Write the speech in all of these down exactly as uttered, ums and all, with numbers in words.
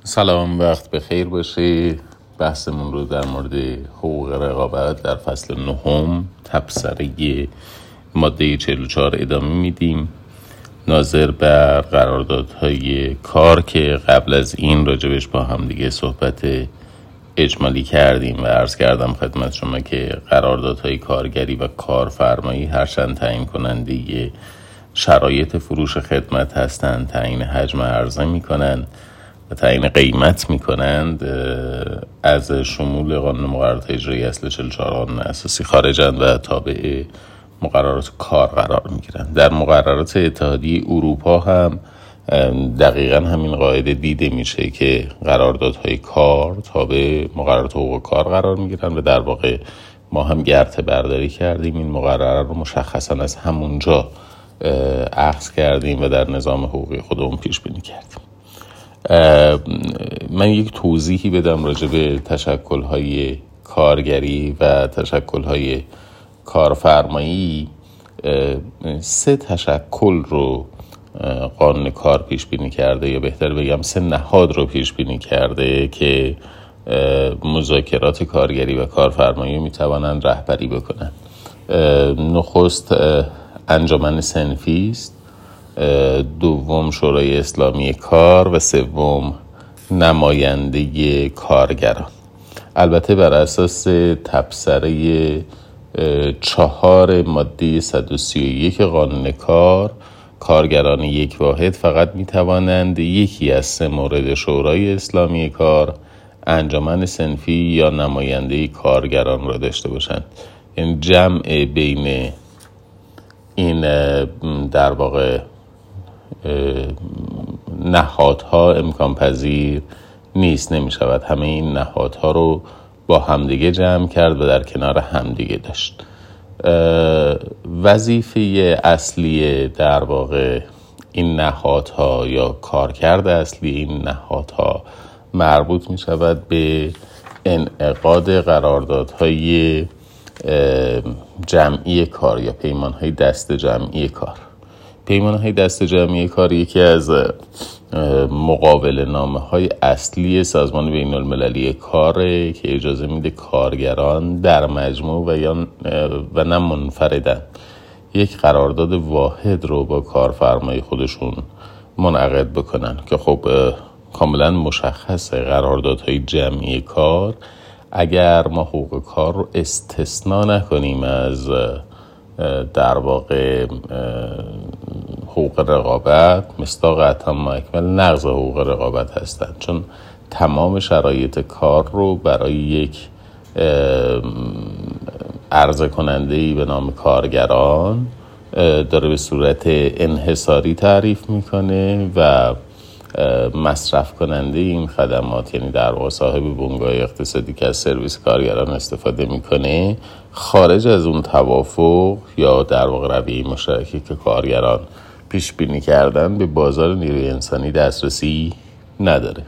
سلام، وقت بخیر باشه. بحثمون رو در مورد حقوق رقابت در فصل نهم تبصره ماده چهل و چهار ادامه میدیم، ناظر بر قراردادهای کار که قبل از این راجبش با هم دیگه صحبت اجمالی کردیم و عرض کردم خدمت شما که قراردادهای کارگری و کارفرمایی هرچند تعیین کننده شرایط فروش خدمت هستند، تعیین حجم عرضه میکنند و تعیین قیمت میکنند، از شمول قانون مقررات اجرایی اصل چهل و چهار قانون اساسی خارجند و تابع مقررات کار قرار میگیرند. در مقررات اتحادیه اروپا هم دقیقا همین قاعده دیده میشه که قراردادهای کار تابع مقررات حقوق کار قرار میگیرند و در واقع ما هم گرته برداری کردیم، این مقرره رو مشخصا از همونجا اخذ کردیم و در نظام حقوقی خودمون پیش بینی کردیم. من یک توضیحی بدم راجع به تشکل‌های کارگری و تشکل‌های کارفرمایی. سه تشکل رو قانون کار پیش بینی کرده، یا بهتر بگم سه نهاد رو پیش بینی کرده که مذاکرات کارگری و کارفرمایی می توانند رهبری بکنند. نخست انجمن صنفی است، دوم شورای اسلامی کار و سوم نماینده کارگران. البته بر اساس تبصره چهار ماده صد و سی و یک قانون کار، کارگران یک واحد فقط می توانند یکی از سه مورد شورای اسلامی کار، انجمن صنفی یا نماینده کارگران را داشته باشند. این جمع بین این در واقع نهادها امکان پذیر نیست، نمی شود همه این نهادها رو با همدیگه جمع کرد و در کنار همدیگه داشت. وظیفه اصلی در واقع این نهادها یا کارکرد اصلی این نهادها مربوط می شود به انعقاد قراردادهای جمعی کار یا پیمانهای دست جمعی کار. پیمانهای دست جمعی کار یکی از مقابل نامه های اصلی سازمان بین المللی کاره که اجازه میده کارگران در مجموع و یا و نه منفردن یک قرارداد واحد رو با کارفرمای خودشون منعقد بکنن که خب کاملا مشخصه قراردادهای جمعی کار اگر ما حقوق کار رو استثنا نکنیم از در واقع حقوق رقابت، مصداق اتم اکمل نقض حقوق رقابت هستند، چون تمام شرایط کار رو برای یک عرضه کننده‌ای به نام کارگران داره به صورت انحصاری تعریف میکنه و مصرف کننده این خدمات، یعنی در واقع صاحب بنگاه اقتصادی که از سرویس کارگران استفاده میکنه، خارج از اون توافق یا در واقع رویه مشترکی که کارگران پیش بینی کردن به بازار نیروی انسانی دسترسی نداره.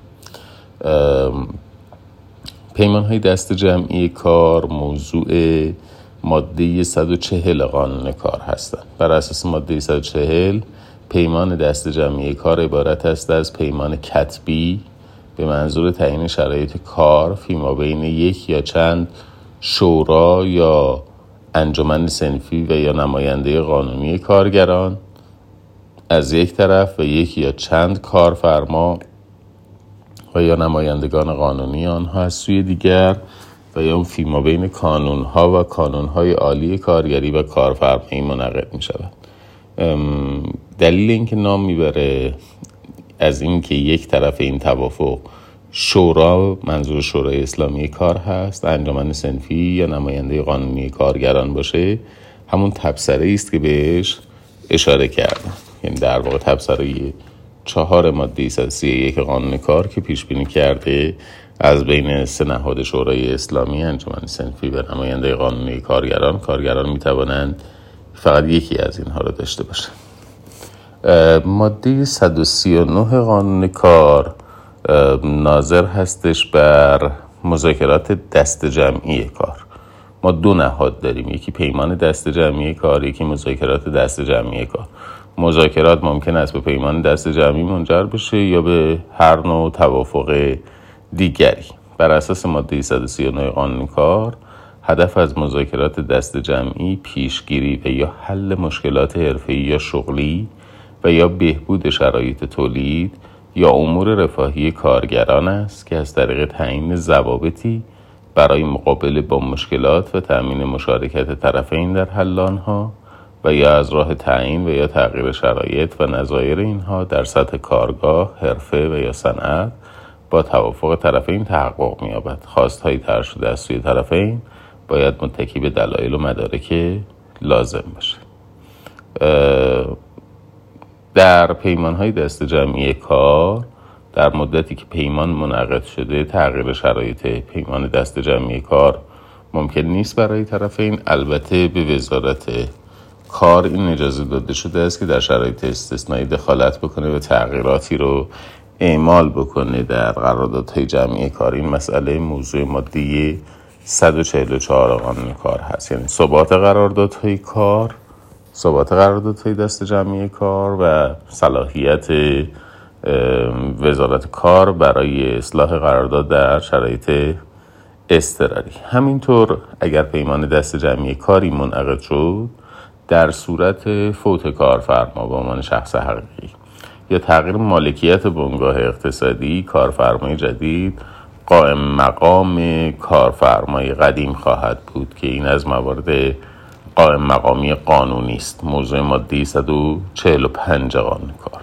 پیمان‌های دست جمعی کار موضوع ماده صد و چهل قانون کار هستند. بر اساس ماده صد و چهل پیمان دست جمعی کار عبارت است از پیمان کتبی به منظور تعیین شرایط کار فیما بین یک یا چند شورا یا انجمن صنفی و یا نماینده قانونی کارگران از یک طرف و یک یا چند کارفرما و یا نمایندگان قانونی آنها از سوی دیگر و یا فیما بین کانونها و کانونهای عالی کارگری و کارفرمایی منعقد می شود. دلیل اینکه نام میبره از این که یک طرف این توافق شورا منظور شورای اسلامی کار هست، انجمن صنفی یا نماینده قانونی کارگران باشه، همون تبصره است که بهش اشاره کردم، یعنی در واقع تبصره چهار ماده صد و سی و یک قانون کار که پیش بینی کرده از بین سه نهاد شورای اسلامی، انجمن صنفی و نماینده قانونی کارگران، کارگران میتوانند فقط یکی از اینها رو داشته باشن. ماده صد و سی و نه قانون کار ناظر هستش بر مذاکرات دست جمعی کار. ما دو نهاد داریم، یکی پیمان دست جمعی کار، یکی مذاکرات دست جمعی کار. مذاکرات ممکن است به پیمان دست جمعی منجر بشه یا به هر نوع توافق دیگری. بر اساس ماده صد و سی و نه قانون کار، هدف از مذاکرات دست جمعی پیشگیری و یا حل مشکلات حرفه‌ای یا شغلی و یا بهبود شرایط تولید یا امور رفاهی کارگران است که از طریق تعیین ضوابطی برای مقابله با مشکلات و تأمین مشارکت طرفین در حل آنها و یا از راه تعیین و یا تغییر شرایط و نظایر اینها در سطح کارگاه، حرفه و یا صنعت با توافق طرفین تحقق می‌یابد. خواست‌های طرح شده از سوی طرفین باید متکی به دلایل و مدارک لازم باشه. در پیمان‌های دست جمعی کار در مدتی که پیمان منعقد شده تغییر شرایط پیمان دست جمعی کار ممکن نیست برای طرفین. البته به وزارت کار این اجازه داده شده است که در شرایط استثنایی دخالت بکنه و تغییراتی رو اعمال بکنه در قراردادهای جمعی کار. این مسئله موضوع ماده صد و چهل و چهار قانون کار هست، یعنی ثبات قراردادهای کار، ثبات قراردادهای دست جمعی کار و صلاحیت وزارت کار برای اصلاح قرارداد در شرایط اضطراری. همینطور اگر پیمان دست جمعی کاری منعقد شد در صورت فوت کارفرما به عنوان شخص حقیقی یا تغییر مالکیت بنگاه اقتصادی، کارفرمای جدید قائم مقام کارفرمای قدیم خواهد بود که این از موارد قائم مقامی قانونی است، موضوع ماده صد و چهل و پنج قانون کار.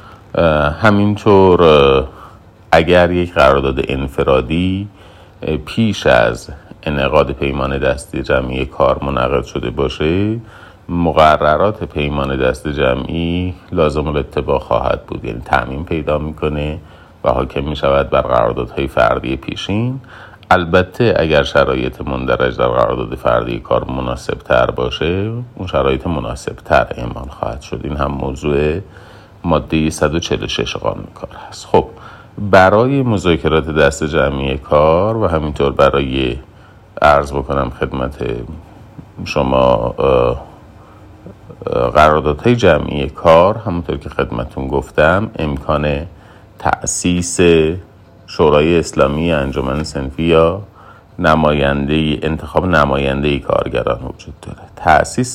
همینطور اگر یک قرارداد انفرادی پیش از انعقاد پیمان دست جمعی کار منعقد شده باشه، مقررات پیمان دست جمعی لازم الاتباع خواهد بود، یعنی تعمیم پیدا میکنه و حاکم میشود بر قراردادهای فردی پیشین. البته اگر شرایط مندرج در قرارداد فردی کار مناسب تر باشه، اون شرایط مناسب تر اعمال خواهد شد. این هم موضوع ماده صد و چهل و شش قانون کار هست. خب برای مذاکرات دست جمعی کار و همینطور برای عرض بکنم خدمت شما قراردادهای جمعی کار، همونطور که خدمتون گفتم امکان تأسیس شورای اسلامی انجمن صنفی یا نماینده انتخاب نماینده کارگران وجود داره. تأسیس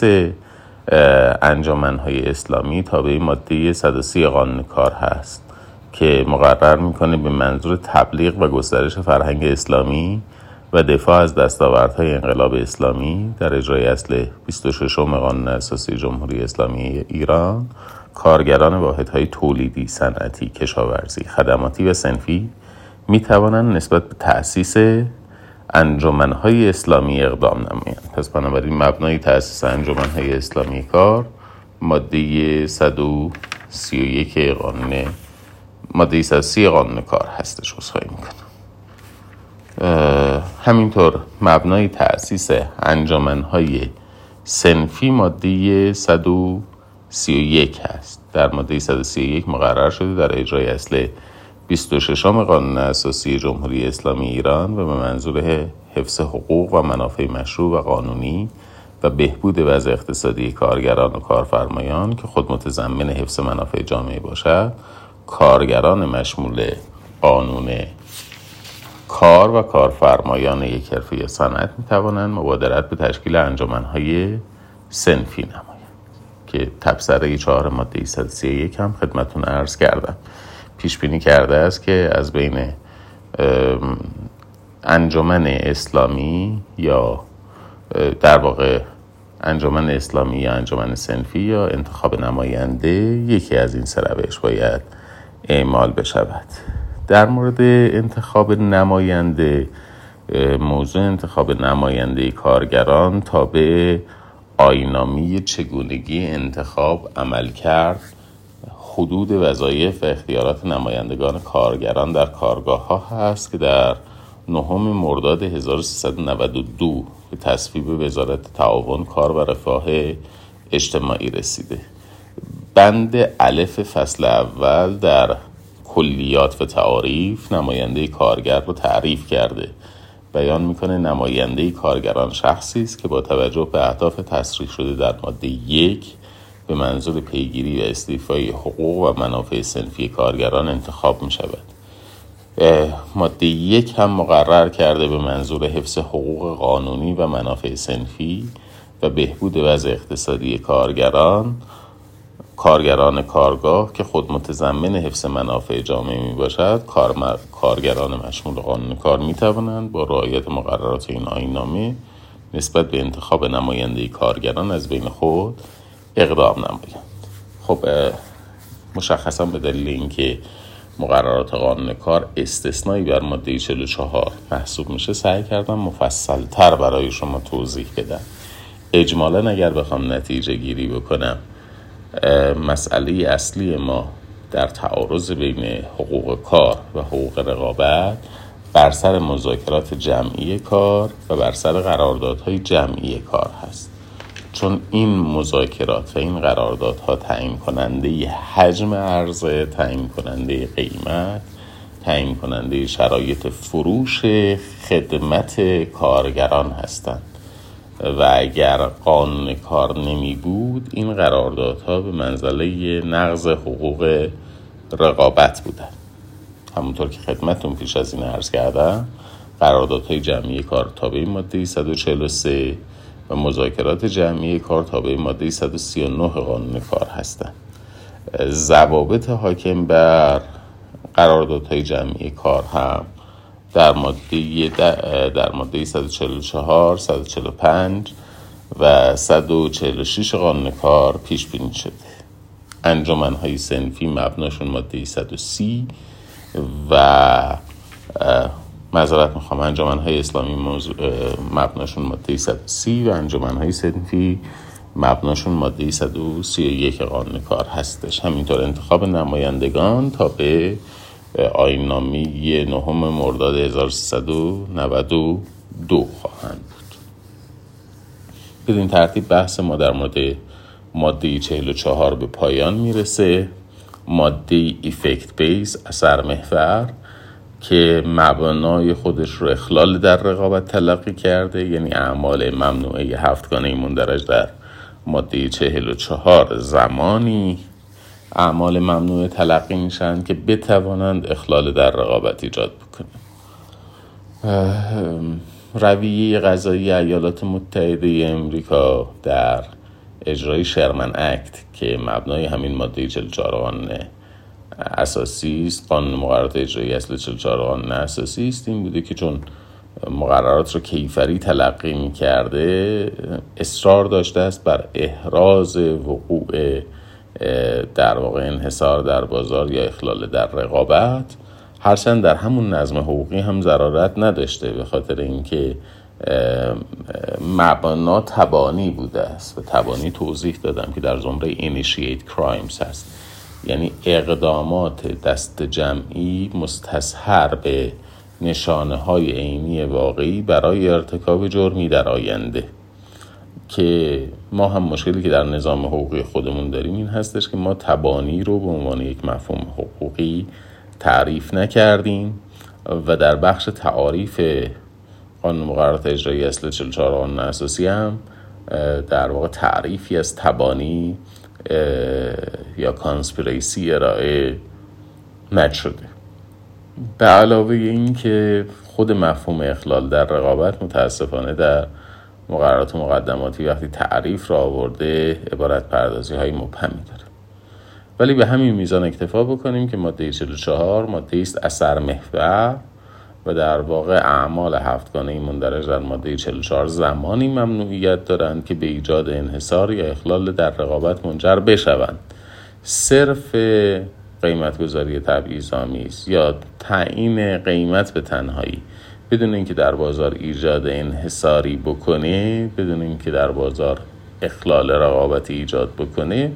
انجمن‌های اسلامی تابع ماده صد و سی قانون کار هست که مقرر میکنه به منظور تبلیغ و گسترش فرهنگ اسلامی و دفاع از دستاوردهای انقلاب اسلامی در اجرای اصل بیست و ششم قانون اساسی جمهوری اسلامی ایران، کارگران واحدهای تولیدی، صنعتی، کشاورزی، خدماتی و صنفی می توانند نسبت به تأسیس انجمن‌های اسلامی اقدام نمایند. پس بنابراین مبنای تأسیس انجمن‌های اسلامی کار ماده صد و سی و یک قانون ماده صد و سی قانون کار هستش. عذرخواهی میکنم. همینطور مبنای تأسیس انجمن‌های صنفی ماده صد و سی و یک هست. در ماده صد و سی و یک مقرر شده در اجرای اصل بیست و ششم قانون اساسی جمهوری اسلامی ایران و به منظور حفظ حقوق و منافع مشروع و قانونی و بهبود وضع اقتصادی کارگران و کارفرمایان که خود متضمن حفظ منافع جامعه باشد، کارگران مشمول قانون کار و کارفرمایان یک حرفه یا صنعت می توانند مبادرت به تشکیل انجمن‌های صنفی نمایند که تبصره چهار ماده صد و سی و یک هم خدمتون عرض کردم. پیش بینی کرده است که از بین انجمن اسلامی یا در واقع انجمن اسلامی یا انجمن صنفی یا انتخاب نماینده یکی از این سه روش باید اعمال بشود. در مورد انتخاب نماینده، موضوع انتخاب نماینده کارگران تابع آیین‌نامه چگونگی انتخاب عمل کرد حدود وظایف و اختیارات نمایندگان کارگران در کارگاه ها هست که در نهم مرداد هزار و سیصد و نود و دو به تصویب وزارت تعاون کار و رفاه اجتماعی رسیده. بند الف فصل اول در کلیات و تعاریف نماینده کارگر رو تعریف کرده. بیان میکنه نماینده کارگران شخصی است که با توجه به اهداف تصریح شده در ماده یک به منظور پیگیری و استیفای حقوق و منافع صنفی کارگران انتخاب می شود. ماده یک هم مقرر کرده به منظور حفظ حقوق قانونی و منافع صنفی و بهبود وضع اقتصادی کارگران کارگران کارگاه که خود متضمن حفظ منافع جامعه می باشد، کارمر... کارگران مشمول قانون کار می توانند با رعایت مقررات این آیین‌نامه نسبت به انتخاب نماینده کارگران از بین خود اقدام نمایند. خب مشخصا به دلیل اینکه مقررات قانون کار استثنایی بر ماده چهل و چهار محسوب میشه، سعی کردم مفصل تر برای شما توضیح بدم. اجمالا اگر بخوام نتیجه گیری بکنم، مسئله اصلی ما در تعارض بین حقوق کار و حقوق رقابت بر سر مذاکرات جمعی کار و بر سر قراردادهای جمعی کار هست، چون این مذاکرات و این قراردادها تعیین کننده حجم عرضه، تعیین کننده قیمت، تعیین کننده شرایط فروش خدمت کارگران هستند و اگر قانون کار نمی بود این قراردادها به منزله نقض حقوق رقابت بودند. همونطور که خدمتون پیش از این عرض کردم، قراردادهای جمعی کار تابع ماده صد و چهل و سه و مذاکرات جمعی کار تابع ماده صد و سی و نه قانون کار هستند. ضوابط حاکم بر قراردادهای جمعی کار هم در ماده در ماده صد و چهل و چهار، صد و چهل و پنج و صد و چهل و شش قانون کار پیش بینی شده. انجمن‌های صنفی مبناشون ماده صد و سی و معذرت میخوام انجمن‌های اسلامی موضوع مبناشون ماده صد و سی و انجمن‌های صنفی مبناشون ماده صد و سی و یک قانون کار هستش. همینطور انتخاب نمایندگان تا به آیین‌نامه نهم مرداد هزار و سیصد و نود و دو خواهند بود. بدین ترتیب بحث ما در مورد ماده چهل و چهار به پایان میرسه. ماده ایفکت بیس، اثر محور، که مبنای خودش رو اخلال در رقابت تلقی کرده، یعنی اعمال ممنوعه هفتگانه مندرج در ماده چهل و چهار زمانی اعمال ممنوعه تلقی میشن که بتوانند اخلال در رقابت ایجاد بکنند. رویه قضایی ایالات متحده امریکا در اجرای شرمن اکت که مبنای همین ماده چهل و چهار قانون اساسی است، قانون مقررات اجرایی اصل چهل و چهار قانون اساسی است، این بوده که چون مقررات رو کیفری تلقی می‌کرده اصرار داشته است بر احراز وقوع در واقع انحصار در بازار یا اخلال در رقابت، هرچند در همون نظم حقوقی هم ضرورت نداشته، به خاطر اینکه مبنا تبانی بوده است و تبانی توضیح دادم که در زمره initiate crimes هست، یعنی اقدامات دست جمعی مستصحر به نشانه های عینی واقعی برای ارتکاب جرمی در آینده. که ما هم مشکلی که در نظام حقوقی خودمون داریم این هستش که ما تبانی رو به عنوان یک مفهوم حقوقی تعریف نکردیم و در بخش تعاریف قانون مقررات اجرایی اصل چهل و چهار قانون اساسی هم در واقع تعریفی از تبانی یا کانسپیرسی ارائه نشده. به علاوه این که خود مفهوم اخلال در رقابت متاسفانه در مقررات و مقدماتی وقتی تعریف را آورده عبارت پردازی های مبهمی داره، ولی به همین میزان اکتفا بکنیم که ماده چهل و چهار ماده است اثر محور و در واقع اعمال هفتگانه مندرج در ماده چهل و چهار زمانی ممنوعیت دارند که به ایجاد انحصار یا اخلال در رقابت منجر بشوند. صرف قیمتگذاری تبعیض‌آمیز یا تعیین قیمت به تنهایی بدون اینکه در بازار ایجاد انحصاری بکنه، بدون اینکه در بازار اخلال رقابتی ایجاد بکنه،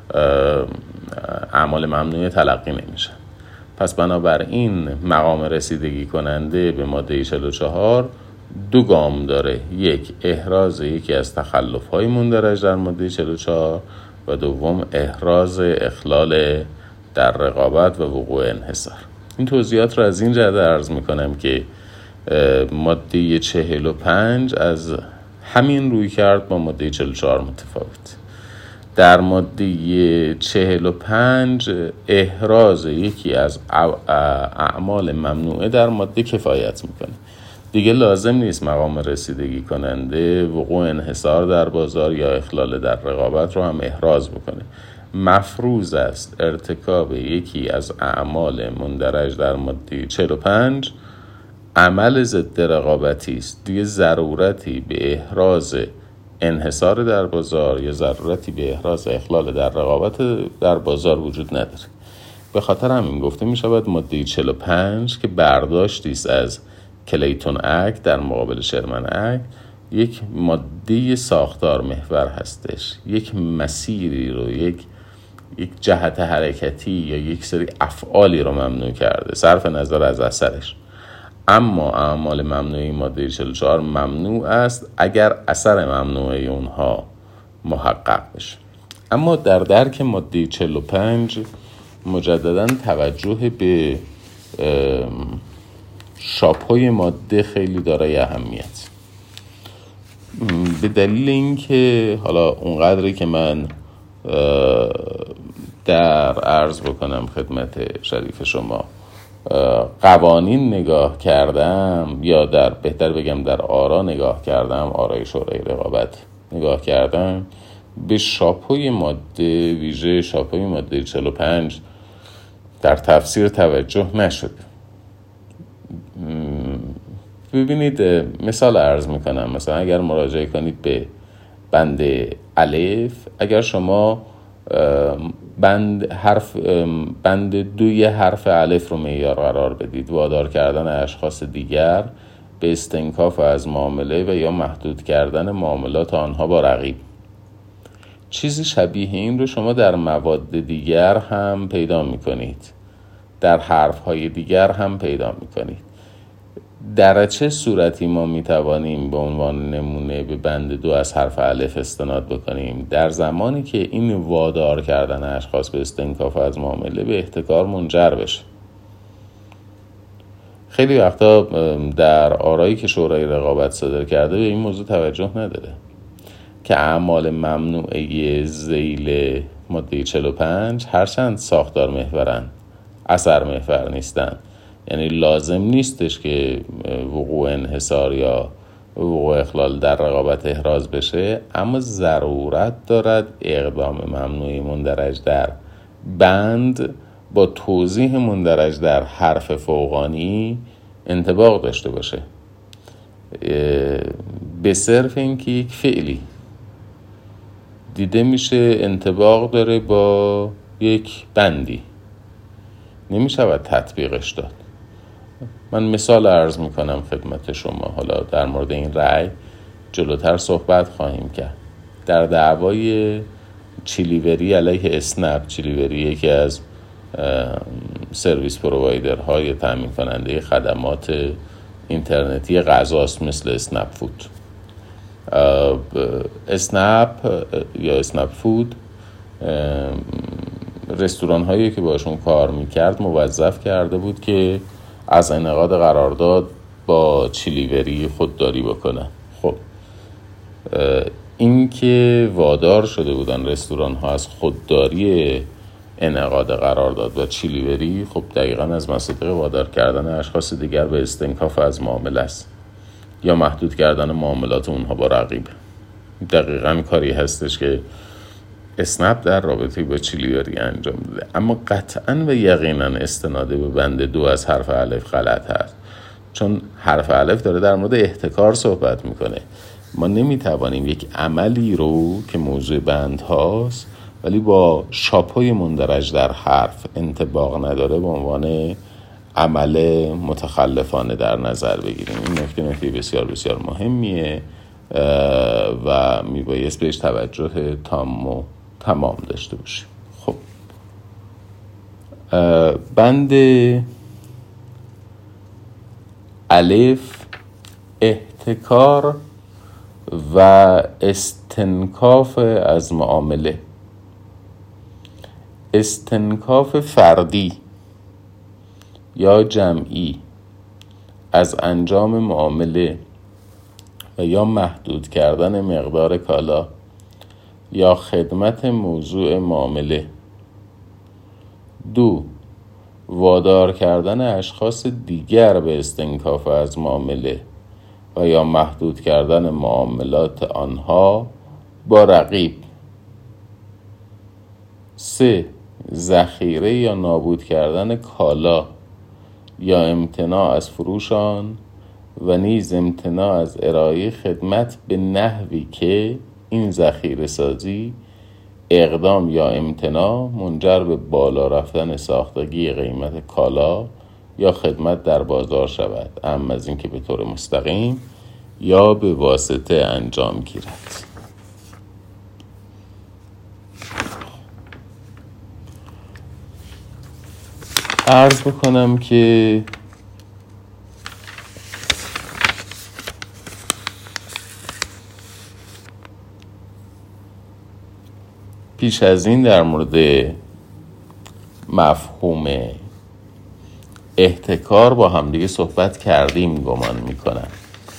اعمال ممنوعه تلقی نمیشن. پس بنابراین مقام رسیدگی کننده به ماده چهل و چهار دو گام داره: یک، احراز یکی از تخلف‌های مندرج در ماده چهل و چهار و دوم احراز اخلال در رقابت و وقوع انحصار. این توضیحات رو از این جهت عرض میکنم که ماده چهل و پنج از همین روی کرد با ماده چهل و چهار متفاوت. در ماده چهل و پنج احراز یکی از اعمال ممنوعه در ماده کفایت میکنه. دیگه لازم نیست مقام رسیدگی کننده وقوع انحصار در بازار یا اخلال در رقابت رو هم احراز بکنه. مفروض است ارتکاب یکی از اعمال مندرج در ماده چهل و پنج عمل ضد رقابتی است. دیگه ضرورتی به احراز انحصار در بازار یا ضرورتی به احراز اخلال در رقابت در بازار وجود نداره. به خاطر همین گفته می شود ماده چهل و پنج که برداشتی است از کلیتون اکت در مقابل شرمن اکت یک ماده ساختار محور هستش، یک مسیری رو، یک یک جهت حرکتی یا یک سری افعالی رو ممنوع کرده صرف نظر از اثرش. اما اعمال ممنوعی ماده چهل و چهار ممنوع است اگر اثر ممنوعه اونها محقق بشه. اما در درک ماده چهل و پنج مجددا توجه به شاپ‌های ماده خیلی دارای اهمیت، به دلیل اینکه حالا اونقدری که من در عرض بکنم خدمت شریف شما قوانین نگاه کردم یا در بهتر بگم در آرا نگاه کردم، آرای شورای رقابت نگاه کردم، به شاپوی ماده ویژه شاپوی ماده چهل و پنج در تفسیر توجه نشد. ببینید مثال عرض میکنم، مثلا اگر مراجعه کنید به بند الف، اگر شما بند حرف بند دوی حرف الف رو معیار قرار بدید، وادار کردن اشخاص دیگر به استنکاف از معامله و یا محدود کردن معاملات آنها با رقیب، چیزی شبیه این رو شما در مواد دیگر هم پیدا میکنید، در حرفهای دیگر هم پیدا میکنید. در چه صورتی ما میتوانیم به عنوان نمونه به بند دو از حرف الف استناد بکنیم؟ در زمانی که این وادار کردن اشخاص به استنکاف از معامله به احتکار منجر بشه. خیلی وقتا در آرایی که شورای رقابت صادر کرده به این موضوع توجه نداره که اعمال ممنوعه ذیل ماده چهل و پنج هرچند ساختار محورن، اثر محور نیستن. یعنی لازم نیستش که وقوع انحصار یا وقوع اخلال در رقابت احراز بشه، اما ضرورت دارد اقدام ممنوعی مندرج در بند با توضیح مندرج در حرف فوقانی انطباق داشته باشه، به صرف اینکه یک فعلی دیده میشه انطباق داره با یک بندی نمی شود تطبیقش داد. من مثال عرض میکنم خدمت شما، حالا در مورد این رأی جلوتر صحبت خواهیم کرد. در دعوای چیلیوری علیه اسنپ، چیلیوری یکی از سرویس پرووایدرهای تامین کننده خدمات اینترنتی غذاست مثل اسنپ فود. اسنپ یا اسنپ فود رستوران هایی که باشون کار میکرد موظف کرده بود که از انعقاد قرارداد با چیلیوری خودداری بکنن. خب این که وادار شده بودن رستوران ها از خودداری انعقاد قرارداد با چیلیوری، خب دقیقاً از مصادیق وادار کردن اشخاص دیگر به استنکاف از معامله است یا محدود کردن معاملات اونها با رقیب. دقیقاً کاری هستش که اسنپ در رابطه با چیلیوری انجام داده، اما قطعاً و یقیناً استناده به بند دو از حرف الف غلط هست، چون حرف الف داره در مورد احتکار صحبت میکنه. ما نمیتوانیم یک عملی رو که موضوع بند هاست ولی با شاپای مندرج در حرف انطباق نداره به عنوان عمل متخلفانه در نظر بگیریم. این نکته نکته بسیار بسیار مهمیه و میبایست بهش توجه تام و تمام داشته باشیم. خب بند الف احتکار و استنکاف از معامله. استنکاف فردی یا جمعی از انجام معامله و یا محدود کردن مقدار کالا یا خدمت موضوع معامله. دو، وادار کردن اشخاص دیگر به استنکاف از معامله و یا محدود کردن معاملات آنها با رقیب. سه، ذخیره یا نابود کردن کالا یا امتناع از فروش آن و نیز امتناع از ارائه خدمت به نحوی که این ذخیره سازی اقدام یا امتناع منجر به بالا رفتن ساختگی قیمت کالا یا خدمت در بازار شود، اما از این که به طور مستقیم یا به واسطه انجام گیرد. عرض بکنم که پیش از این در مورد مفهوم احتکار با همدیگه صحبت کردیم گمان میکنم.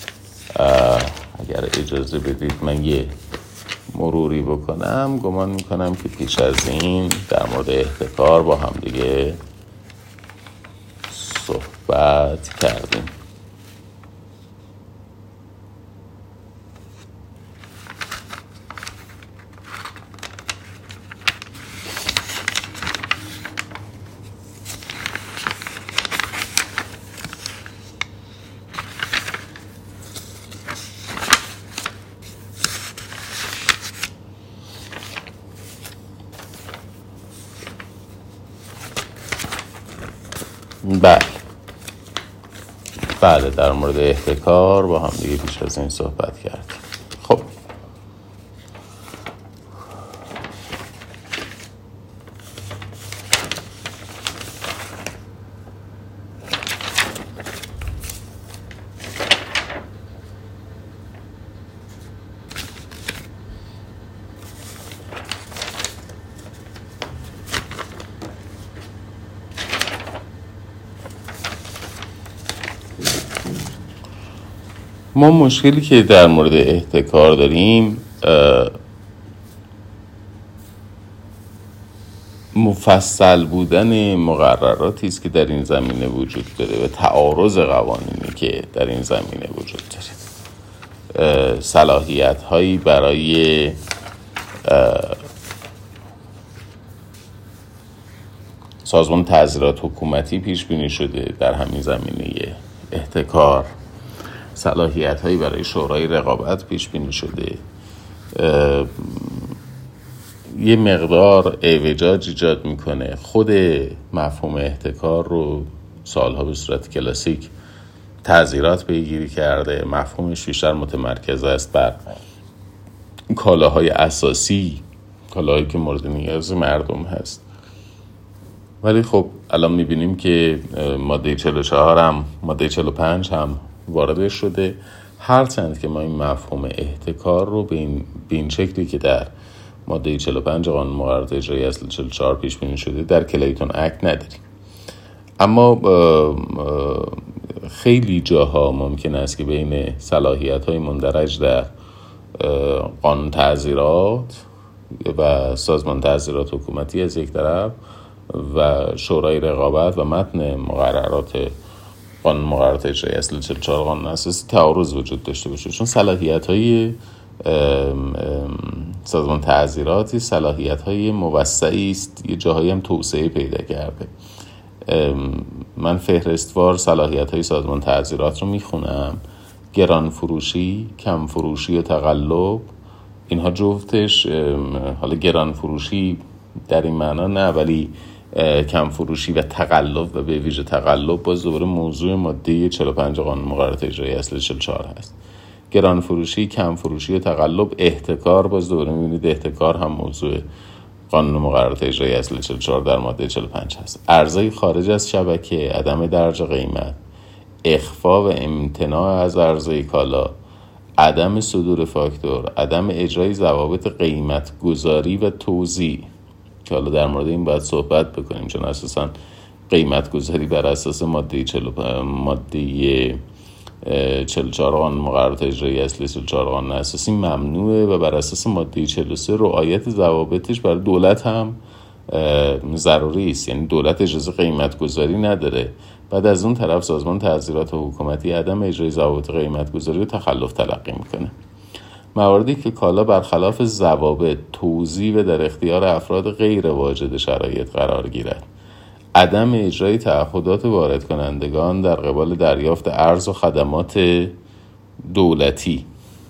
اگر اجازه بدید من یه مروری بکنم. گمان میکنم که پیش از این در مورد احتکار با همدیگه صحبت کردیم. بله بله در مورد احتکار با هم دیگه پیش از این صحبت کردیم. خب ما مشکلی که در مورد احتکار داریم مفصل بودن مقرراتی است که در این زمینه وجود داره و تعارض قوانینی که در این زمینه وجود داره. صلاحیت هایی برای سازمان تعزیرات حکومتی پیش بینی شده در همین زمینه احتکار. صلاحیت هایی برای شورای رقابت پیش بینی شده. یه مقدار اعوجاج ایجاد میکنه. خود مفهوم احتکار رو سالها به صورت کلاسیک تعزیرات پیگیری کرده. مفهومش بیشتر متمرکز است بر کالاهای اساسی، کالاهایی که مورد نیاز مردم هست. ولی خب الان میبینیم که ماده چهل و چهار هم ماده چهل و پنج هم وارد شده. هرچند که ما این مفهوم احتکار رو به این, به این شکلی که در ماده چهل و پنج قانون مقررات اجرایی اصل چهل و چهار پیش بینی شده در کلیتون اکت نداریم، اما خیلی جاها ممکن است که بین صلاحیت‌های مندرج در قانون تعزیرات و سازمان تعزیرات حکومتی از یک طرف و شورای رقابت و متن مقررات قانون مقررات اجرایی اصل چهل و چهار قانون اساسی تعارض وجود داشته باشه، چون صلاحیت‌های سازمان تعزیراتی صلاحیت‌های موسعی است، یه جاهایی هم توسعه پیدا کرده. من فهرستوار صلاحیت‌های سازمان تعزیرات رو میخونم: گران فروشی، کم فروشی و تقلب. اینها جفتش، حالا گران فروشی در این معنا نه، ولی کم فروشی و تقلب و به ویژه تقلب باز دوباره موضوع ماده چهل و پنج قانون مقررات اجرایی اصل چهل و چهار هست. گران فروشی، کم فروشی و تقلب. احتکار باز دوباره می‌بینید احتکار هم موضوع قانون مقررات اجرایی اصل چهل و چهار در ماده چهل و پنج هست. عرضه خارج از شبکه، عدم درج قیمت، اخفا و امتناع از عرضه کالا، عدم صدور فاکتور، عدم اجرای ضوابط قیمت گذاری و توزیع، که حالا در مورد این باید صحبت بکنیم چون اساساً قیمت گذاری بر اساس ماده چهل ماده چهل و چهار قانون مقررات اجرایی اصلی، چهل و چهار قانون اساسی ممنوعه و بر اساس ماده چهل و سه رعایت ضوابطش برای دولت هم ضروری است. یعنی دولت اجازه قیمت گذاری نداره. بعد از اون طرف سازمان تعزیرات حکومتی عدم اجرای ضوابط قیمت گذاری رو تخلف تلقی میکنه. مواردی که کالا برخلاف ضوابط توزیع و در اختیار افراد غیر واجد شرایط قرار گیرد، عدم اجرای تعهدات وارد کنندگان در قبال دریافت ارز و خدمات دولتی،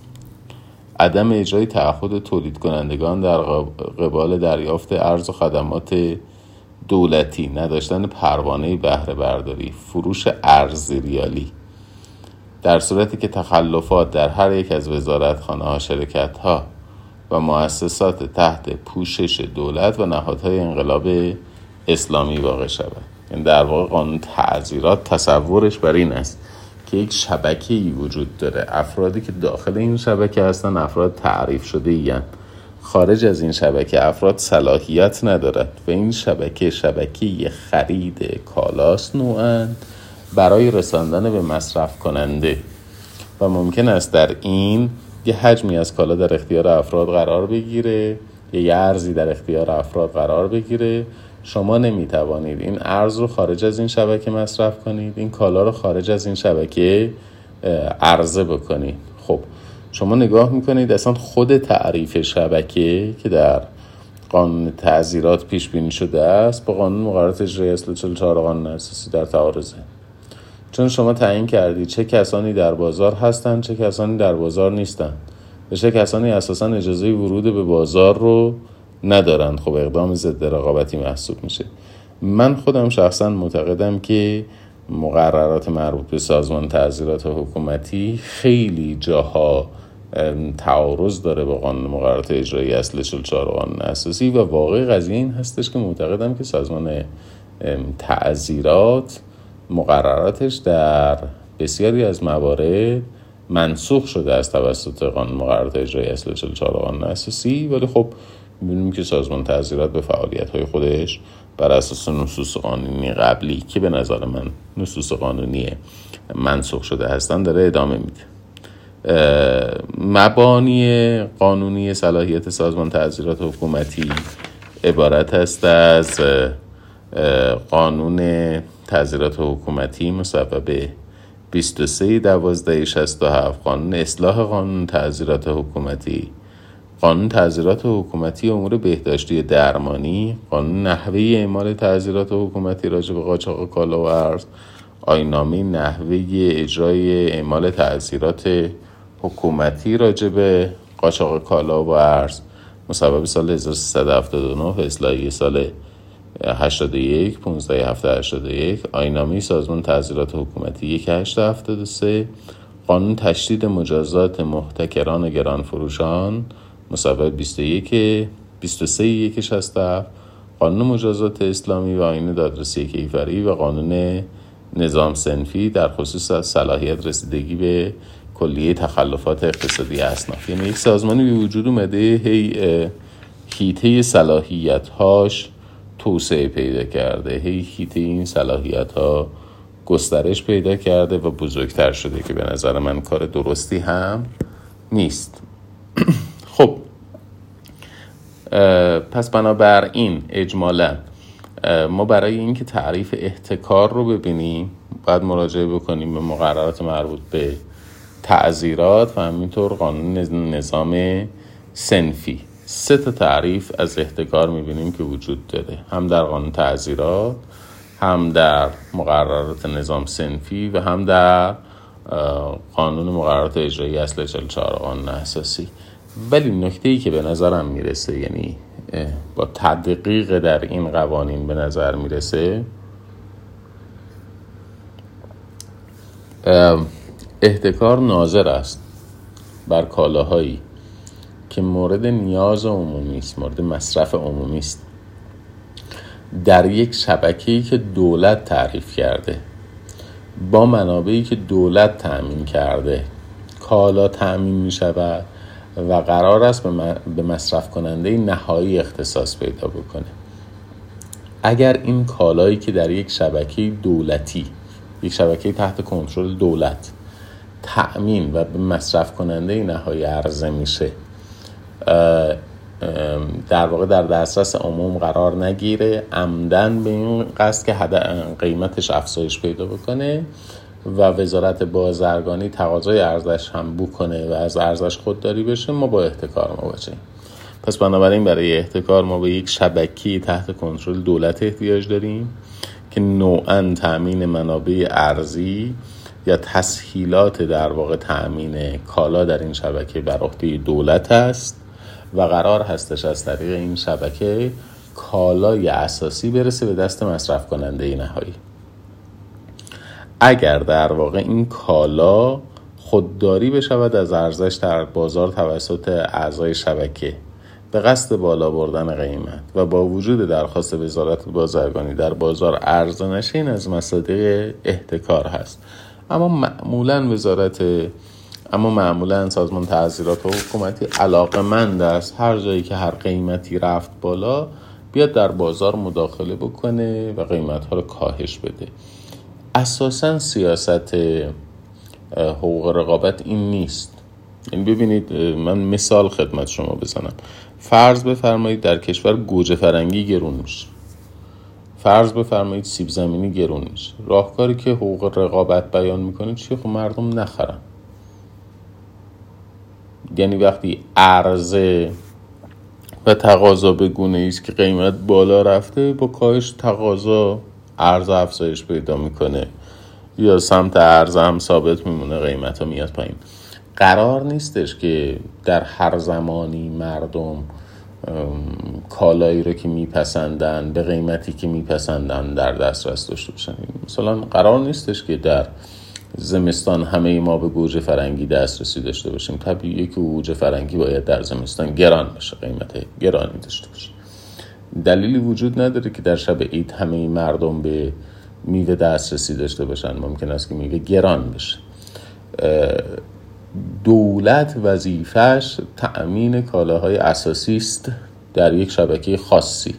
عدم اجرای تعهد تولید کنندگان در قبال دریافت ارز و خدمات دولتی، نداشتن پروانه بهره برداری، فروش ارز ریالی، در صورتی که تخلفات در هر یک از وزارتخانه‌ها، شرکت‌ها و مؤسسات تحت پوشش دولت و نهادهای انقلاب اسلامی واقع شود. یعنی در واقع قانون تعزیرات تصورش بر این است که یک شبکه‌ای وجود داره، افرادی که داخل این شبکه هستن افراد تعریف شده ایند، خارج از این شبکه افراد صلاحیت ندارد و این شبکه شبکه خرید کالاست نوعاً برای رساندن به مصرف کننده و ممکن است در این یه حجمی از کالا در اختیار افراد قرار بگیره، یه ارزی در اختیار افراد قرار بگیره. شما نمیتوانید این ارز رو خارج از این شبکه مصرف کنید، این کالا رو خارج از این شبکه عرضه بکنید. خب شما نگاه میکنید اصلا خود تعریف شبکه که در قانون تعزیرات پیش بینی شده است با قانون مقررات اجرایی اصلی چهل و چهار قانون اساسی در تعارضه. چون شما تعیین کردید چه کسانی در بازار هستند، چه کسانی در بازار نیستند و چه کسانی اساساً اجازه ورود به بازار رو ندارند. خب اقدام ضد رقابتی محسوب میشه. من خودم شخصاً معتقدم که مقررات مربوط به سازمان تعزیرات حکومتی خیلی جاها تعارض داره با قانون مقررات اجرایی اصلی چهل و چهار قانون اساسی و واقع قضیه این هستش که معتقدم که سازمان تعزیرات مقرراتش در بسیاری از موارد منسوخ شده از توسط قانون مقررات اجرایی اصلی چهل و چهار قانون اساسی، ولی خب می‌بینیم که سازمان تعزیرات به فعالیت‌های خودش بر اساس نصوص قانونی قبلی که به نظر من نصوص قانونی منسوخ شده هستن داره ادامه میده. مبانی قانونی صلاحیت سازمان تعزیرات حکومتی عبارت است از قانون تعزیرات حکومتی مصوب بیست و سه دوازده شصت و هفت، قانون اصلاح قانون تعزیرات حکومتی، قانون تعزیرات حکومتی امور بهداشتی درمانی، قانون نحوه اعمال تعزیرات حکومتی راجع به قاچاق کالا و ارز، آیین‌نامه نحوه اجرای اعمال تعزیرات حکومتی راجع به قاچاق کالا و ارز مصوب سال هزار و سیصد و هفتاد و نه، اصلاحیه سال هشتاد و یک پانزده هفته هشتاد و یک، آیین‌نامه سازمان تعزیرات حکومتی یک هشت هفتاد و سه، قانون تشدید مجازات محتکران و گران فروشان مصوب بیست و یک بیست و سه یک شصت و هفت، قانون مجازات اسلامی و آیین دادرسی کیفری و قانون نظام صنفی در خصوص صلاحیت رسیدگی به کلیه تخلفات اقتصادی اصناف. یعنی یک سازمانی به وجود اومده هی حیطه صلاحیت‌هاش توسعه پیدا کرده، هی حیطه این صلاحیت‌ها گسترش پیدا کرده و بزرگتر شده که به نظر من کار درستی هم نیست. خب پس بنابراین اجمالاً ما برای اینکه تعریف احتکار رو ببینیم باید مراجعه بکنیم به مقررات مربوط به تعزیرات و همینطور قانون نظام صنفی. سه تا تعریف از احتکار میبینیم که وجود داره، هم در قانون تعزیرات، هم در مقررات نظام صنفی و هم در قانون مقررات اجرایی اصلی چهل و چهار قانون اساسی. ولی نکته‌ای که به نظرم میرسه، یعنی با تدقیق در این قوانین به نظر میرسه، احتکار ناظر است بر کالاهایی که مورد نیاز عمومی است، مورد مصرف عمومی است، در یک شبکه‌ای که دولت تعریف کرده، با منابعی که دولت تأمین کرده کالا تأمین می شود و قرار است به مصرف کننده نهایی اختصاص پیدا بکنه. اگر این کالایی که در یک شبکه دولتی، یک شبکه تحت کنترل دولت تأمین و به مصرف کننده نهایی عرضه میشه در واقع در دسترس عموم قرار نگیره، عمدن به این قصد که قیمتش افزایش پیدا بکنه و وزارت بازرگانی تقاضای ارزش هم بو کنه و از ارزش خودداری بشه، ما با احتکار مواجهیم. پس بنابراین برای احتکار ما به یک شبکه تحت کنترل دولت احتیاج داریم که نوعاً تأمین منابع ارزی یا تسهیلات در واقع تأمین کالا در این شبکه بر عهده دولت است و قرار هستش از طریق این شبکه کالای اساسی برسه به دست مصرف کننده نهایی. اگر در واقع این کالا خودداری بشود از ارزش در بازار توسط اعضای شبکه به قصد بالا بردن قیمت و با وجود درخواست وزارت بازرگانی در بازار عرضه نشه، این از مصادیق احتکار هست. اما معمولاً وزارت اما معمولاً سازمان تعزیرات حکومتی علاقه‌مند است هر جایی که هر قیمتی رفت بالا بیاد در بازار مداخله بکنه و قیمت‌ها رو کاهش بده. اساساً سیاست حقوق رقابت این نیست. این ببینید، من مثال خدمت شما بزنم. فرض بفرمایید در کشور گوجه فرنگی گرون میشه، فرض بفرمایید سیب زمینی گرون میشه. راهکاری که حقوق رقابت بیان میکنه چیه؟ خب مردم نخرن. یعنی وقتی عرضه و تقاضا به گونه ایست که قیمت بالا رفته، با کاهش تقاضا عرضه افزایش پیدا میکنه یا سمت عرضه هم ثابت میمونه، قیمت ها میاد پایین. قرار نیستش که در هر زمانی مردم کالایی رو که میپسندن به قیمتی که میپسندن در دسترس داشته باشن. مثلا قرار نیستش که در زمستان همه ما به گوجه فرنگی دسترسی داشته باشیم. طبیعیه که گوجه فرنگی باید در زمستان گران باشه، قیمت گرانی داشته باشه. دلیلی وجود نداره که در شب عید همه مردم به میوه دسترسی داشته باشن. ممکن است که میوه گران بشه. دولت وظیفه‌اش تأمین کالاهای اساسی است در یک شبکه خاصی،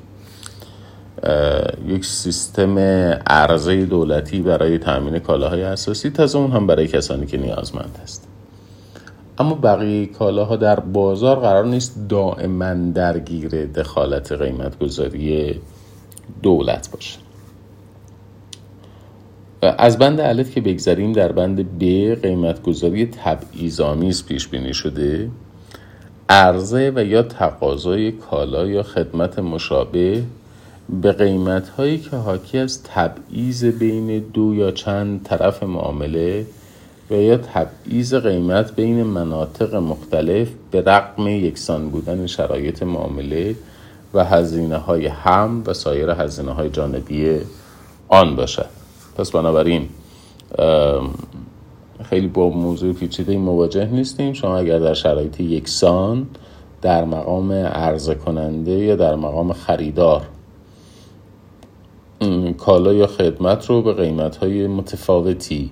یک سیستم عرضه دولتی برای تأمین کالاهای اساسی، تازه اون هم برای کسانی که نیازمند است. اما بقیه کالاها در بازار قرار نیست دائما درگیر دخالت قیمت گذاری دولت باشه. از بند الف که بگذاریم، در بند ب قیمت گذاری تبعیض‌آمیز پیش بینی شده. عرضه و یا تقاضای کالا یا خدمت مشابه به قیمت‌هایی که حاکی از تبعیض بین دو یا چند طرف معامله و یا تبعیض قیمت بین مناطق مختلف به رغم یکسان بودن شرایط معامله و هزینه‌های حمل و سایر هزینه‌های جانبی آن باشد. پس بنابراین خیلی با موضوع پیچیده مواجه نیستیم. شما اگر در شرایط یکسان در مقام عرضه کننده یا در مقام خریدار کالا یا خدمت رو به قیمت‌های متفاوتی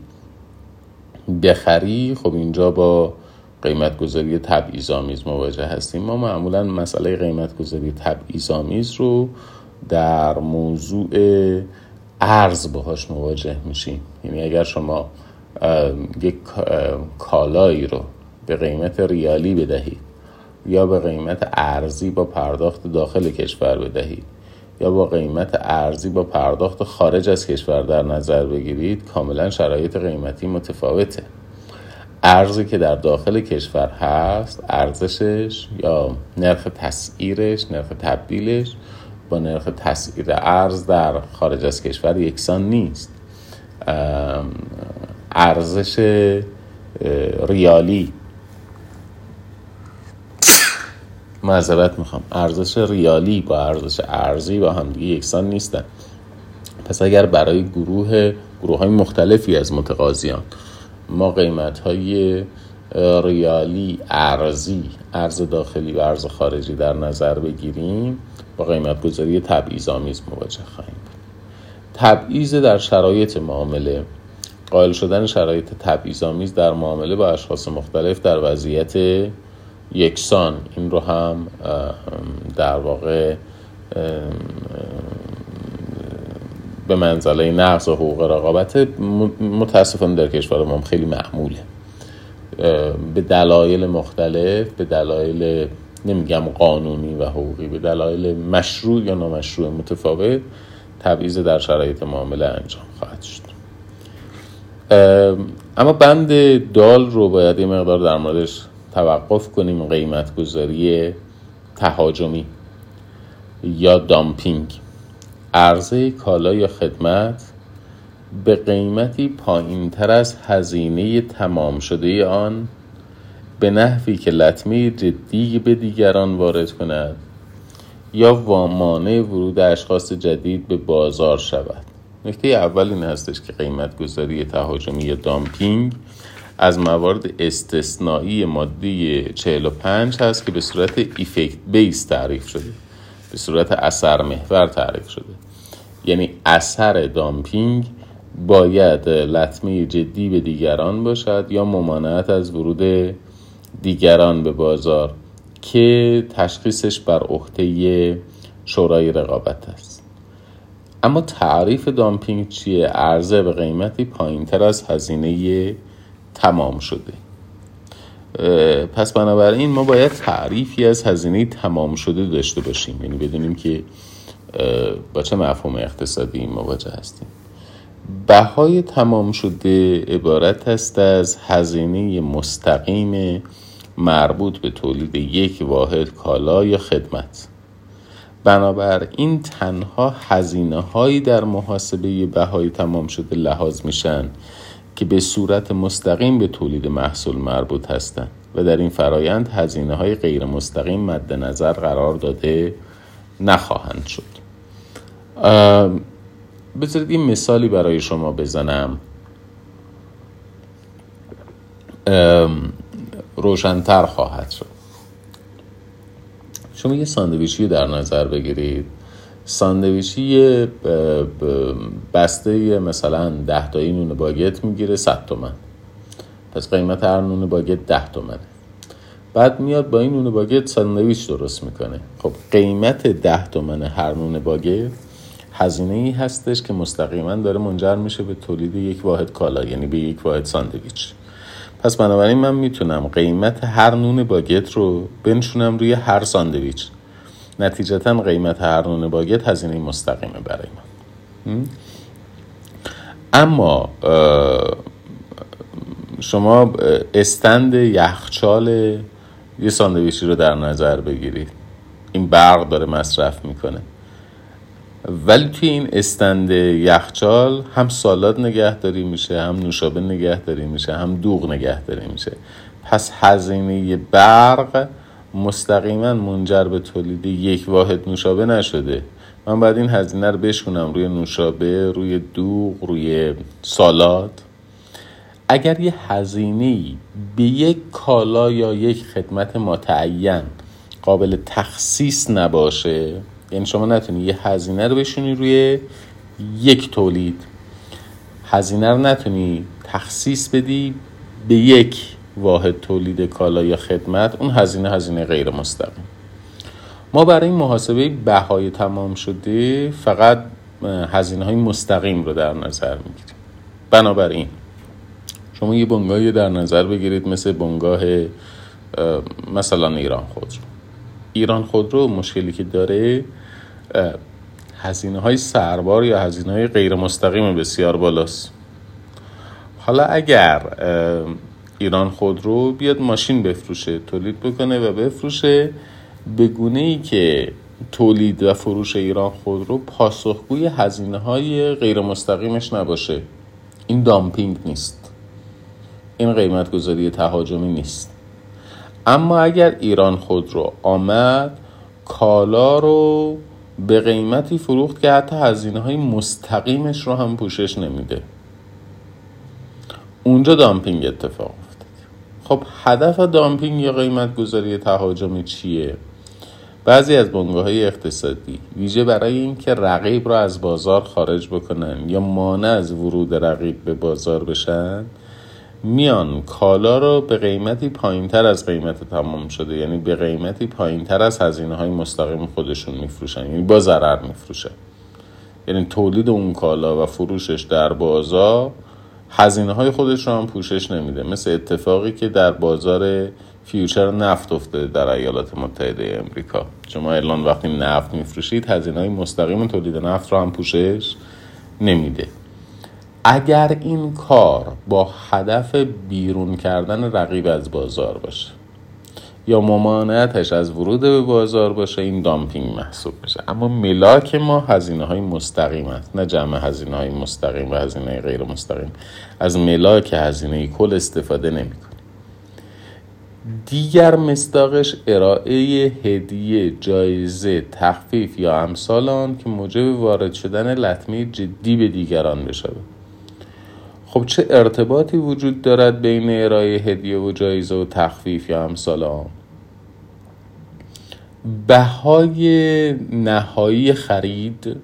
بخری، خب اینجا با قیمت گذاری تبعیض‌آمیز مواجه هستیم. ما معمولا مسئله قیمت گذاری تبعیض‌آمیز رو در موضوع ارز باهاش مواجه میشیم. یعنی اگر شما یک کالایی رو به قیمت ریالی بدهید یا به قیمت ارزی با پرداخت داخل کشور بدهید یا با قیمت ارزی با پرداخت خارج از کشور در نظر بگیرید، کاملا شرایط قیمتی متفاوته. ارزی که در داخل کشور هست، ارزشش یا نرخ تسعیرش، نرخ تبدیلش با نرخ تسعیر ارز در خارج از کشور یکسان نیست. ارزش ریالی معذرت میخوام ارزش ریالی با ارزش ارزی با هم دیگه یکسان نیستن. پس اگر برای گروه گروه های مختلفی از متقاضیان ما قیمت های ریالی، ارزی، ارز داخلی و ارز خارجی در نظر بگیریم، با قیمت گذاری تبعیض‌آمیز مواجه خواهیم بود. تبعیض در شرایط معامله، قائل شدن شرایط تبعیض‌آمیز در معامله با اشخاص مختلف در وضعیت یکسان، این رو هم در واقع به منزله نقض حقوق رقابت متاسفانه در کشور ما خیلی معموله. به دلایل مختلف، به دلایل نمیگم قانونی و حقوقی، به دلایل مشروع یا نامشروع متفاوت تبعیض در شرایط معامله انجام خواهد شد. اما بند دال رو باید یه مقدار در موردش توقف کنیم. قیمت گذاری تهاجمی یا دامپینگ، عرضه کالا یا خدمت به قیمتی پایین تر از هزینه تمام شده آن به نحوی که لطمه جدی به دیگران وارد کند یا مانع ورود اشخاص جدید به بازار شود. نکته اول این هستش که قیمت گذاری تهاجمی یا دامپینگ از موارد استثنایی ماده چهل و پنج هست که به صورت ایفکت بیس تعریف شده، به صورت اثر محور تعریف شده. یعنی اثر دامپینگ باید لطمه جدی به دیگران باشد یا ممانعت از ورود دیگران به بازار که تشخیصش بر عهده شورای رقابت است. اما تعریف دامپینگ چیه؟ عرضه به قیمتی پایین‌تر از هزینه تمام شده. پس بنابراین ما باید تعریفی از هزینه تمام شده داشته باشیم، یعنی بدونیم که با چه مفهوم اقتصادی مواجه هستیم. بهای تمام شده عبارت است از هزینه مستقیم مربوط به تولید یک واحد کالا یا خدمت. بنابراین تنها هزینه هایی در محاسبه بهای تمام شده لحاظ میشن که به صورت مستقیم به تولید محصول مربوط هستند و در این فرایند هزینه های غیر مستقیم مد نظر قرار داده نخواهند شد. بذارید این مثالی برای شما بزنم روشن‌تر خواهد شد. شما یه ساندویچی در نظر بگیرید. ساندویچی بسته مثلا ده تایی نون باگت میگیره صد تومن. پس قیمت هر نون باگت ده تومنه. بعد میاد با این نون باگت ساندویچ درست میکنه. خب قیمت ده تومن هر نون باگت هزینه ای هستش که مستقیما داره منجر میشه به تولید یک واحد کالا، یعنی به یک واحد ساندویچ. پس بنابراین من میتونم قیمت هر نون باگت رو بنشونم روی هر ساندویچ. نتیجتا قیمت هر نون باگت هزینه مستقیمه برای من. اما شما استند یخچال یه ساندویچی رو در نظر بگیرید. این برق داره مصرف میکنه، ولی توی این استند یخچال هم سالاد نگهداری میشه، هم نوشابه نگهداری میشه، هم دوغ نگهداری میشه. پس هزینه برق مستقیما منجر به تولید یک واحد نوشابه نشده. من باید این هزینه رو بشونم روی نوشابه، روی دوغ، روی سالاد. اگر یه هزینه‌ای به یک کالا یا یک خدمت متعین قابل تخصیص نباشه، یعنی شما نتونی یه هزینه رو بشونی روی یک تولید، هزینه رو نتونی تخصیص بدی به یک واحد تولید کالا یا خدمت، اون هزینه هزینه غیر مستقیم. ما برای محاسبه بهای تمام شده فقط هزینه های مستقیم رو در نظر میگیریم. بنابراین شما یه بنگاهی در نظر بگیرید مثل بنگاه مثلا ایران خودرو. ایران خودرو مشکلی که داره هزینه های سربار یا هزینه های غیر مستقیم بسیار بالاست. حالا اگر ایران خودرو بیاد ماشین بفروشه، تولید بکنه و بفروشه، به گونه‌ای که تولید و فروش ایران خودرو پاسخگوی هزینه های غیر مستقیمش نباشه، این دامپینگ نیست، این قیمت گذاری تهاجمی نیست. اما اگر ایران خودرو آمد کالا رو به قیمتی فروخت که حتی هزینه های مستقیمش رو هم پوشش نمیده، اونجا دامپینگ اتفاق افتاد. خب هدف دامپینگ یا قیمت گذاری تهاجمی چیه؟ بعضی از بنگاه‌های اقتصادی ویژه برای این که رقیب رو از بازار خارج بکنن یا مانع از ورود رقیب به بازار بشن، میان کالا رو به قیمتی پایین‌تر از قیمت تمام شده، یعنی به قیمتی پایین‌تر از هزینه‌های مستقیم خودشون میفروشن، یعنی با ضرر میفروشن. یعنی تولید اون کالا و فروشش در بازار هزینه های خودش رو هم پوشش نمیده، مثل اتفاقی که در بازار فیوچر نفت افتاده در ایالات متحده امریکا. شما الان وقتی نفت میفروشید هزینه های مستقیم تولید نفت رو هم پوشش نمیده. اگر این کار با هدف بیرون کردن رقیب از بازار باشه یا ممانعتش از ورود به بازار باشه، این دامپینگ محسوب بشه. اما ملاک ما هزینه های مستقیم است، نه جمع هزینه های مستقیم و هزینه غیر مستقیم. از ملاک هزینه کل استفاده نمی کنیم. دیگر مصداقش ارائه هدیه، جایزه، تخفیف یا امثال آن که موجب وارد شدن لطمه جدی به دیگران بشه. خب چه ارتباطی وجود دارد بین ارائه هدیه و جایزه و تخفیف یا امثال آن؟ بهای نهایی خرید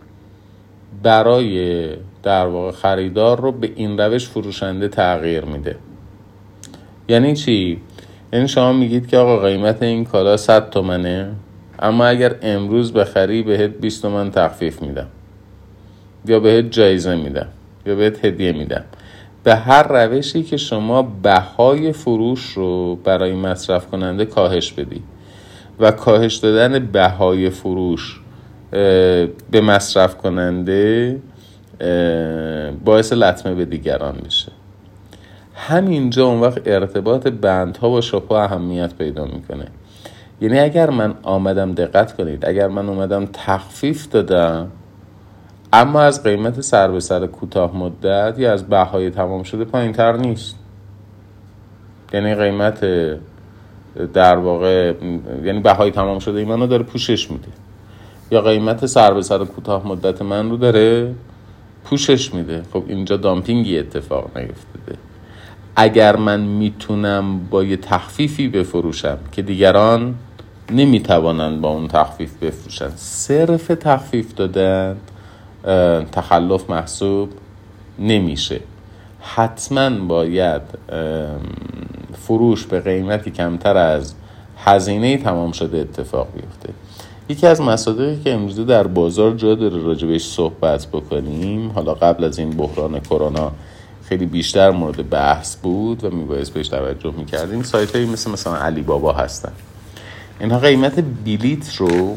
برای در واقع خریدار رو به این روش فروشنده تغییر میده. یعنی چی؟ یعنی شما میگید که آقا قیمت این کالا صد تومنه، اما اگر امروز بخری بهت بیست تومن تخفیف میدم، یا بهت جایزه میدم، یا بهت هدیه میدم. به هر روشی که شما بهای فروش رو برای مصرف کننده کاهش بدی و کاهش دادن بهای فروش به مصرف کننده باعث لطمه به دیگران میشه. همینجا اون وقت ارتباط بندها با شاپ اهمیت پیدا میکنه. یعنی اگر من آمدم، دقت کنید، اگر من اومدم تخفیف دادم اما از قیمت سر به سر کوتاه مدت یا از بهای تمام شده پایین تر نیست، یعنی قیمت در واقع یعنی بهای تمام شده ای منو داره پوشش میده، یا قیمت سر به سر کوتاه مدت من رو داره پوشش میده. خب اینجا دامپینگی اتفاق نیفتاده. اگر من میتونم با یه تخفیفی بفروشم که دیگران نمیتوانند با اون تخفیف بفروشن، صرف تخفیف دادن تخلف محسوب نمیشه. حتما باید فروش به قیمتی کمتر از هزینه تمام شده اتفاق بیفته. یکی از مصادیقی که امروز در بازار جا داره راجبش صحبت بکنیم، حالا قبل از این بحران کرونا خیلی بیشتر مورد بحث بود و میبایست بهش توجه میکردیم، سایت هایی مثل مثلا علی بابا هستن. اینها قیمت بلیت رو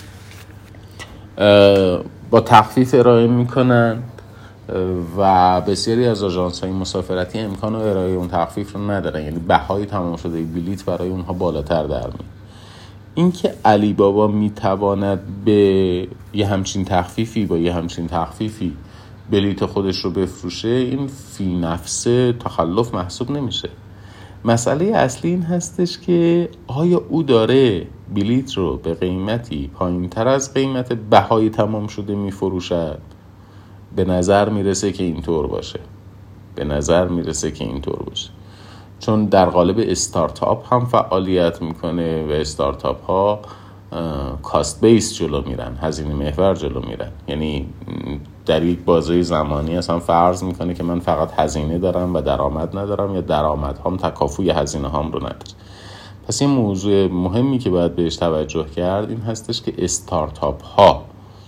با تخفیف ارائه میکنن و بسیاری از آژانس های مسافرتی امکان و ارائه اون تخفیف رو ندارن، یعنی بهای تمام شده بلیت برای اونها بالاتر در میاد. این که علی بابا میتواند به یه همچین تخفیفی با یه همچین تخفیفی بلیت خودش رو بفروشه، این فی نفسه تخلف محسوب نمیشه. مسئله اصلی این هستش که آیا او داره بلیت رو به قیمتی پایین تر از قیمت بهای تمام شده میفروشد؟ به نظر میرسه که اینطور باشه. به نظر میرسه که اینطور باشه چون در قالب استارتاپ هم فعالیت میکنه و استارتاپ ها کاست بیس جلو میرن، هزینه محور جلو میرن. یعنی در یک بازه زمانی اصلا فرض میکنه که من فقط هزینه دارم و درآمد ندارم، یا درآمد هم تکافوی هزینه هم رو نداره. پس این موضوع مهمی که باید بهش توجه کرد این هستش که استارتاپ ها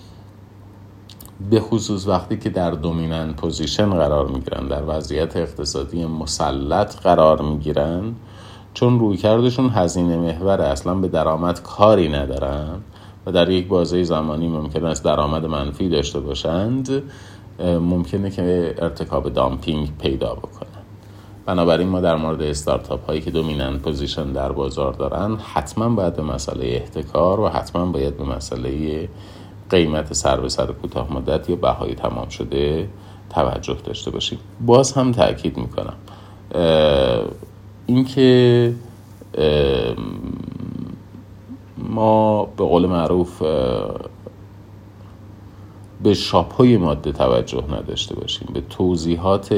به خصوص وقتی که در دومیننت پوزیشن قرار میگیرن، در وضعیت اقتصادی مسلط قرار میگیرن، چون رویکردشون هزینه محور، اصلا به درآمد کاری ندارن و در یک بازه زمانی ممکن است درآمد منفی داشته باشند، ممکنه که ارتکاب دامپینگ پیدا بکنن. بنابراین ما در مورد استارتاپ هایی که دومیننت پوزیشن در بازار دارن حتما باید به مسئله احتکار و حتما باید به مسئله قیمت سر به سر کوتاه مدت یا بهای تمام شده توجه داشته باشیم. باز هم تأکید میکنم اینکه ما به قول معروف به شاپ های ماده توجه نداشته باشیم، به توضیحات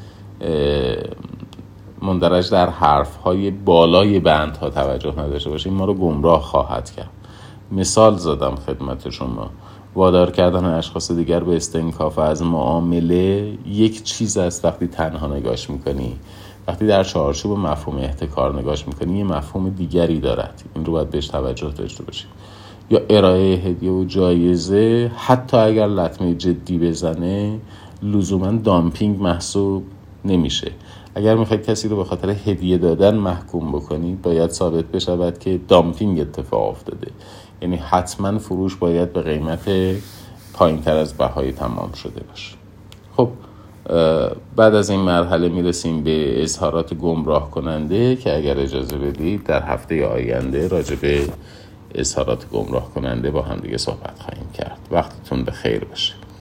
مندرج در حرف های بالای بند ها توجه نداشته باشیم، ما رو گمراه خواهد کرد. مثال زدم خدمت شما، وادار کردن اشخاص دیگر به استنکاف از معامله یک چیز است وقتی تنها نگاش میکنی، وقتی در چارچوب مفهوم احتکار نگاش میکنی یه مفهوم دیگری دارد. این رو باید بهش توجه داشته باشیم. یا ارائه هدیه و جایزه حتی اگر لطمه جدی بزنه، لزوما دامپینگ محسوب نمیشه. اگر میخواید کسی رو به خاطر هدیه دادن محکوم بکنید، باید ثابت بشود که دامپینگ اتفاق افتاده، یعنی حتما فروش باید به قیمت پایین تر از بهای تمام شده باشه. خب بعد از این مرحله میرسیم به اظهارات گمراه کننده که اگر اجازه بدید در هفته آینده راجع به اظهارات گمراه کننده با هم دیگه صحبت خواهیم کرد. وقتتون بخیر باشه.